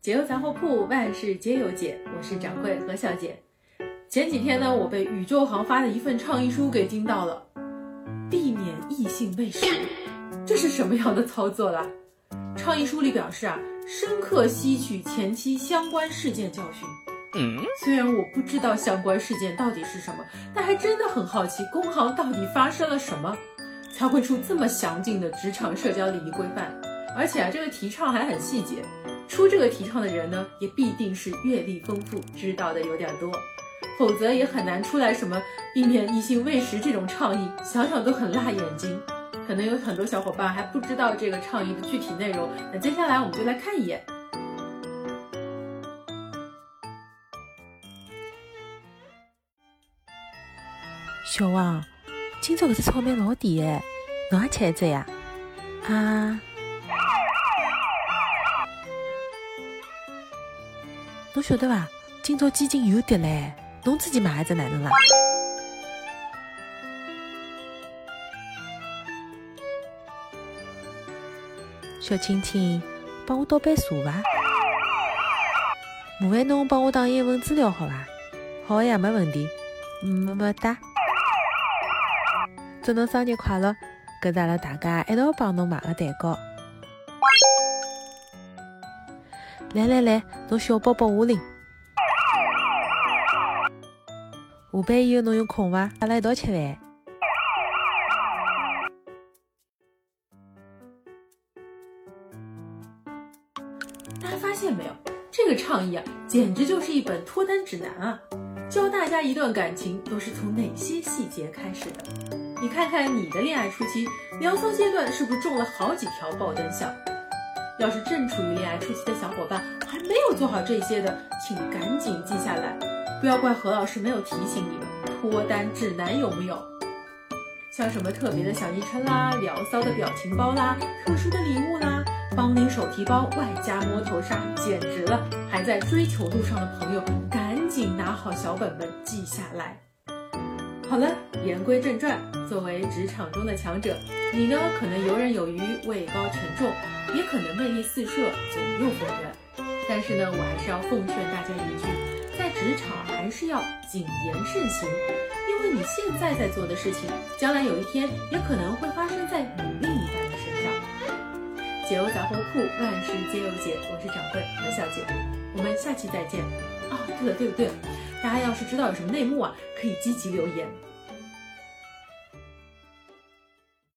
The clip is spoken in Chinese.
解忧杂货铺，万事皆有解。我是掌柜何小姐。前几天呢，我被宇宙行发的一份倡议书给惊到了，避免异性喂食，这是什么样的操作啦？倡议书里表示深刻吸取前期相关事件教训。虽然我不知道相关事件到底是什么，但还真的很好奇工行到底发生了什么，才会出这么详尽的职场社交礼仪规范。而且这个提倡还很细节，出这个提倡的人呢，也必定是阅历丰富，知道的有点多，否则也很难出来什么避免异性喂食这种倡议，想想都很辣眼睛。可能有很多小伙伴还不知道这个倡议的具体内容，那接下来我们就来看一眼。 小王，今朝搿只炒面老甜诶，侬也吃一只呀？侬晓得伐？今朝鸡精又跌唻，侬自己买一只哪能啦？小青青，帮我倒杯茶伐？麻烦侬帮我打印一份资料好伐？好呀，没问题。么哒。祝侬生日快乐！搿是阿拉大家一道帮侬买个蛋糕。来，侬小宝宝下领。下班以后侬有空伐？阿拉一道吃饭。 大家发现没有？这个倡议简直就是一本脱单指南教大家一段感情都是从哪些细节开始的。你看看你的恋爱初期，聊骚阶段是不是中了好几条爆灯项？要是正处于恋爱初期的小伙伴还没有做好这些的，请赶紧记下来，不要怪何老师没有提醒你们。脱单指南有没有？像什么特别的小昵称啦、聊骚的表情包啦、特殊的礼物啦、帮拎手提包外加摸头杀，简直了！还在追求路上的朋友，赶紧拿好小本本记下来。好了，言归正传，作为职场中的强者，你呢可能游刃有余，位高权重，也可能魅力四射，左右逢源。但是呢，我还是要奉劝大家一句，在职场还是要谨言慎行，因为你现在在做的事情，将来有一天也可能会发生在你另一半的身上。解忧杂货铺，万事皆有解，我是掌柜何小姐，我们下期再见。对了，大家要是知道有什么内幕可以积极留言。